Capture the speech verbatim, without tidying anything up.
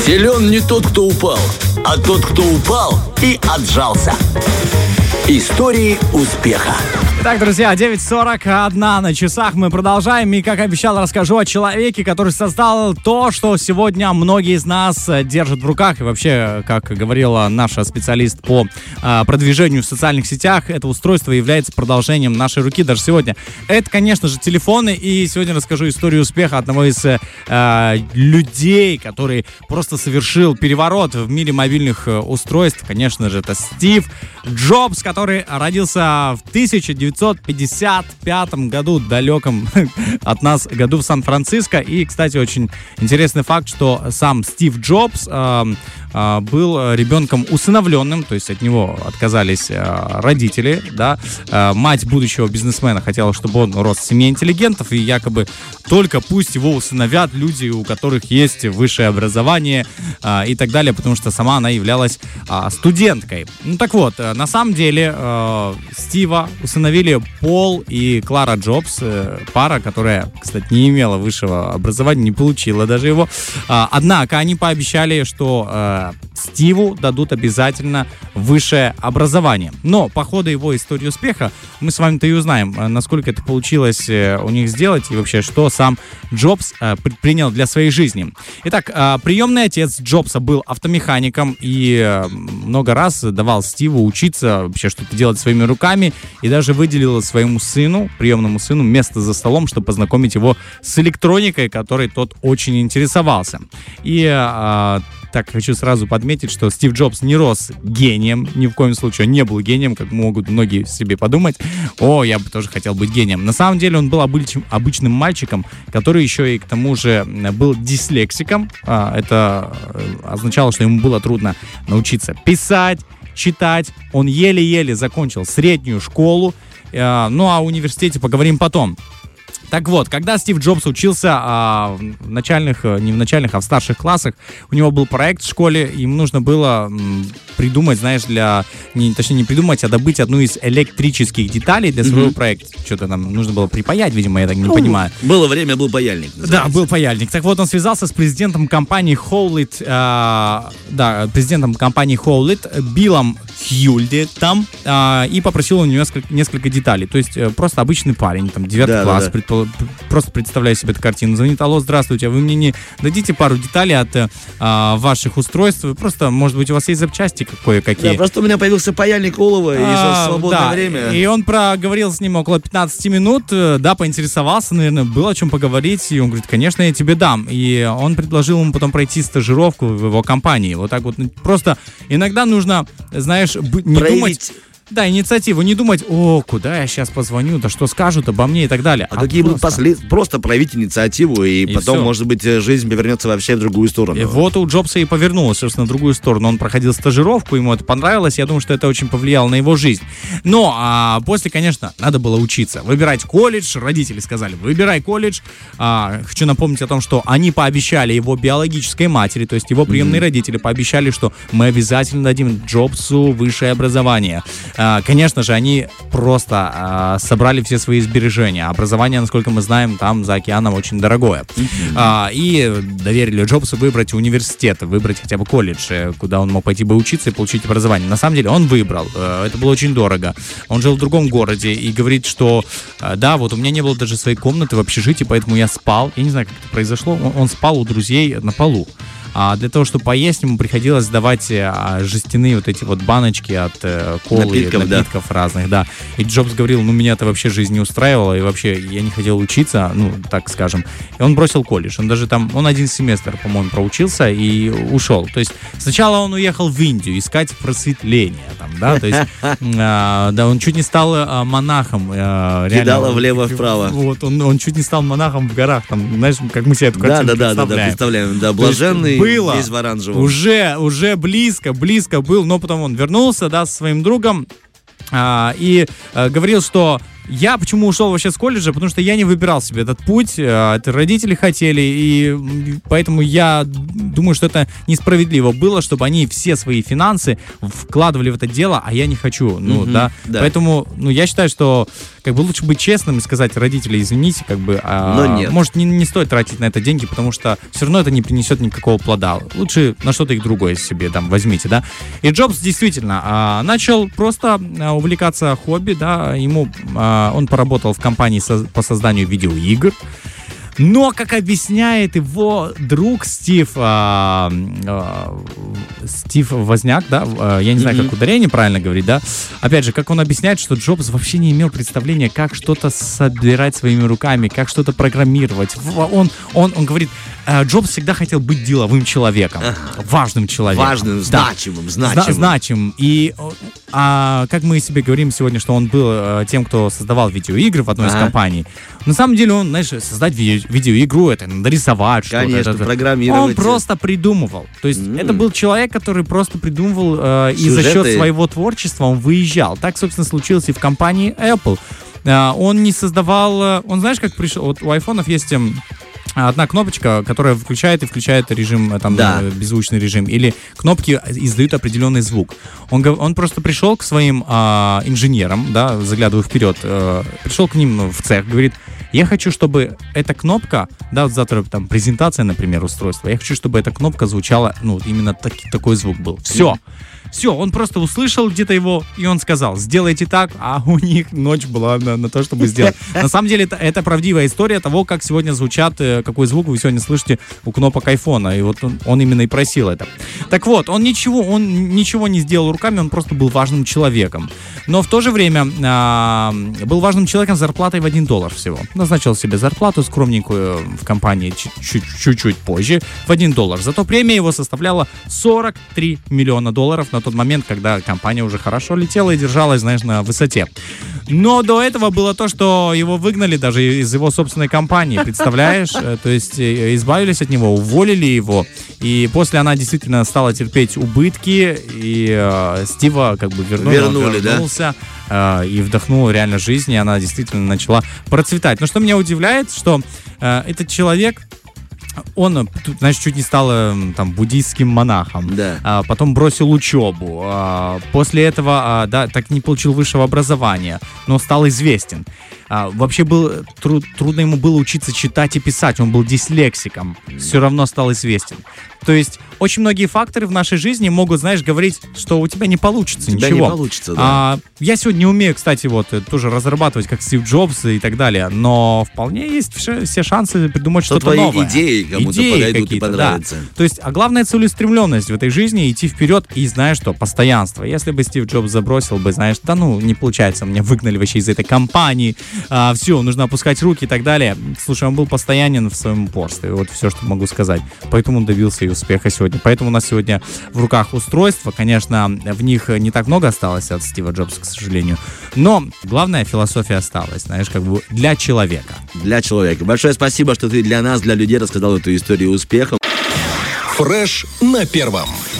Силен не тот, кто упал, а тот, кто упал и отжался. Истории успеха. Итак, друзья, девять сорок один на часах. Мы продолжаем. И, как обещал, расскажу о человеке, который создал то, что сегодня многие из нас держат в руках. И вообще, как говорила наша специалист по а, продвижению в социальных сетях, это устройство является продолжением нашей руки даже сегодня. Это, конечно же, телефоны. И сегодня расскажу историю успеха одного из а, людей, который просто совершил переворот в мире мобильных устройств. Конечно же, это Стив Джобс, который родился в тысяча девятьсот пятьдесят пятом году, далеком от нас году в Сан-Франциско. И, кстати, очень интересный факт, что сам Стив Джобс э, э, был ребенком усыновленным, то есть от него отказались э, родители, да. Э, мать будущего бизнесмена хотела, чтобы он рос в семье интеллигентов, и якобы только пусть его усыновят люди, у которых есть высшее образование э, и так далее, потому что сама она являлась э, студенткой. Ну так вот, э, на самом деле э, Стива усыновили Пол и Клара Джобс, э, пара, которая, кстати, не имела высшего образования, не получила даже его. А, однако они пообещали, что э, Стиву дадут обязательно высшее образование. Но по ходу его истории успеха мы с вами-то и узнаем, насколько это получилось э, у них сделать и вообще, что сам Джобс э, предпринял для своей жизни. Итак, э, приемный отец Джобса был автомехаником и э, много раз давал Стиву учиться вообще что-то делать своими руками и даже выделил своему сыну, приемному сыну, место за столом, чтобы познакомить его с электроникой, которой тот очень интересовался. И а, так хочу сразу подметить, что Стив Джобс не рос гением, ни в коем случае он не был гением, как могут многие себе подумать. О, я бы тоже хотел быть гением. На самом деле он был обычным, обычным мальчиком, который еще и к тому же был дислексиком. А, это означало, что ему было трудно научиться писать, читать. Он еле-еле закончил среднюю школу. Ну, а о университете поговорим потом. Так вот, когда Стив Джобс учился а, в начальных, не в начальных, а в старших классах, у него был проект в школе, им нужно было м, придумать, знаешь, для... Не, точнее, не придумать, а добыть одну из электрических деталей для своего mm-hmm. проекта. Что-то там нужно было припаять, видимо, я так не ну, понимаю. Было время, был паяльник. Называется. Да, был паяльник. Так вот, он связался с президентом компании Howlett, а, да, президентом компании Howlett, Биллом Хьюльде там, а, и попросил у него несколько, несколько деталей. То есть просто обычный парень, там, девятый да, класс, да, да. Предпол... просто представляю себе эту картину. Звонит: алло, здравствуйте, вы мне не дадите пару деталей от а, ваших устройств? Просто, может быть, у вас есть запчасти кое-какие? Да, просто у меня появился паяльник олова, и а, свободное да, время. И он проговорил с ним около пятнадцать минут, да, поинтересовался, наверное, было о чем поговорить, и он говорит: конечно, я тебе дам. И он предложил ему потом пройти стажировку в его компании. Вот так вот. Просто иногда нужно, знаешь, не проявить... думать... Да, инициативу, не думать: о, куда я сейчас позвоню, да что скажут обо мне и так далее. А, а какие будут последствия? Просто проявить инициативу, и, и потом, все. Может быть, жизнь повернется вообще в другую сторону. И вот у Джобса и повернулась, собственно, в другую сторону. Он проходил стажировку, ему это понравилось, я думаю, что это очень повлияло на его жизнь. Но а, после, конечно, надо было учиться. Выбирать колледж, родители сказали: выбирай колледж. А, хочу напомнить о том, что они пообещали его биологической матери, то есть его приемные mm-hmm. родители пообещали, что мы обязательно дадим Джобсу высшее образование. Конечно же, они просто а, собрали все свои сбережения. Образование, насколько мы знаем, там за океаном очень дорогое. Mm-hmm. А, и доверили Джобсу выбрать университет, выбрать хотя бы колледж, куда он мог пойти бы учиться и получить образование. На самом деле он выбрал. Это было очень дорого. Он жил в другом городе и говорит, что да, вот у меня не было даже своей комнаты в общежитии, поэтому я спал. Я не знаю, как это произошло. Он, он спал у друзей на полу. А для того, чтобы поесть, ему приходилось давать а, жестяные вот эти вот баночки от э, колы, напитков, напитков да. разных, да. И Джобс говорил: ну, меня это вообще жизнь не устраивала, и вообще я не хотел учиться, ну, так скажем. И он бросил колледж. Он даже там, он один семестр, по-моему, проучился и ушел. То есть сначала он уехал в Индию искать просветление, там, да, то есть, а, да, он чуть не стал а, монахом. А, Кидало влево-вправо. Вот, он, он чуть не стал монахом в горах, там, знаешь, как мы себе эту картину да, да, представляем. Да, да, да, представляем, да, блаженный. Было, весь в оранжевом. Уже, уже близко, близко был, но потом он вернулся, да, со своим другом а, и а, говорил, что я почему ушел вообще с колледжа, потому что я не выбирал себе этот путь, а, это родители хотели, и поэтому я думаю, что это несправедливо было, чтобы они все свои финансы вкладывали в это дело, а я не хочу. Ну, mm-hmm, да? да. Поэтому, ну, я считаю, что как бы лучше быть честным и сказать родителям, извините, как бы, а, но нет. Может, не, не стоит тратить на это деньги, потому что все равно это не принесет никакого плода. Лучше на что-то их другое себе там возьмите, да. И Джобс действительно а, начал просто а, увлекаться хобби, да, ему, а, он поработал в компании со, по созданию видеоигр. Но, как объясняет его друг Стив, а, а, Стив Возняк, да, а, я не знаю, mm-hmm. как ударение правильно говорить, да, опять же, как он объясняет, что Джобс вообще не имел представления, как что-то собирать своими руками, как что-то программировать. Он, он, он говорит, Джобс всегда хотел быть деловым человеком, ага. важным человеком. Важным, да. значимым, значимым. Зна- значимым. И а, как мы себе говорим сегодня, что он был а, тем, кто создавал видеоигры в одной ага. из компаний, на самом деле он, знаешь, создать видео, видеоигру, это надо рисовать что-то. Конечно, это, программировать. Он просто придумывал. То есть mm. это был человек, который просто придумывал, э, и Сюжеты. за счет своего творчества он выезжал. Так, собственно, случилось и в компании Apple. Э, он не создавал... Он, знаешь, как пришел... Вот у айфонов есть... одна кнопочка, которая включает и включает режим, там, да. беззвучный режим, или кнопки издают определенный звук. Он, он просто пришел к своим а, инженерам, да, заглядывая вперед, а, пришел к ним в цех, говорит, я хочу, чтобы эта кнопка, да, вот завтра там презентация, например, устройства, я хочу, чтобы эта кнопка звучала, ну, именно так, такой звук был. Все. Все, он просто услышал где-то его, и он сказал, сделайте так, а у них ночь была на, на то, чтобы сделать. На самом деле, это, это правдивая история того, как сегодня звучат, какой звук вы сегодня слышите у кнопок айфона. И вот он, он именно и просил это. Так вот, он ничего, он ничего не сделал руками, он просто был важным человеком. Но в то же время а, был важным человеком с зарплатой в один доллар всего. Назначил себе зарплату скромненькую в компании чуть-чуть, чуть-чуть позже в один доллар. Зато премия его составляла сорок три миллиона долларов на тот момент, когда компания уже хорошо летела и держалась, знаешь, на высоте. Но до этого было то, что его выгнали даже из его собственной компании, представляешь? То есть избавились от него, уволили его, и после она действительно стала терпеть убытки, и э, Стива как бы вернули, Вернули, вернулся, да? э, и вдохнул реально жизнь, и она действительно начала процветать. Но что меня удивляет, что э, этот человек, он, знаешь, чуть не стал там буддийским монахом, да. а, потом бросил учебу, а, после этого, а, да, так не получил высшего образования, но стал известен. А, вообще был, труд, трудно ему было учиться читать и писать, он был дислексиком, все равно стал известен. То есть очень многие факторы в нашей жизни могут, знаешь, говорить, что у тебя не получится у тебя ничего. не получится, да. А, я сегодня не умею, кстати, вот тоже разрабатывать, как Стив Джобс и так далее, но вполне есть все, все шансы придумать что что-то новое. Идеи кому-то идеи подойдут и понравятся. Да. То есть, а главное целеустремленность в этой жизни, идти вперед и, знаешь что, постоянство. Если бы Стив Джобс забросил бы, знаешь, да ну, не получается, меня выгнали вообще из этой компании, а, все, нужно опускать руки и так далее. Слушай, он был постоянен в своем упорстве, вот все, что могу сказать. Поэтому он добился и успеха сегодня. Поэтому у нас сегодня в руках устройства, конечно, в них не так много осталось от Стива Джобса, к сожалению, но главная философия осталась, знаешь, как бы для человека. Для человека. Большое спасибо, что ты для нас, для людей рассказал эту историю успеха. Фреш на первом.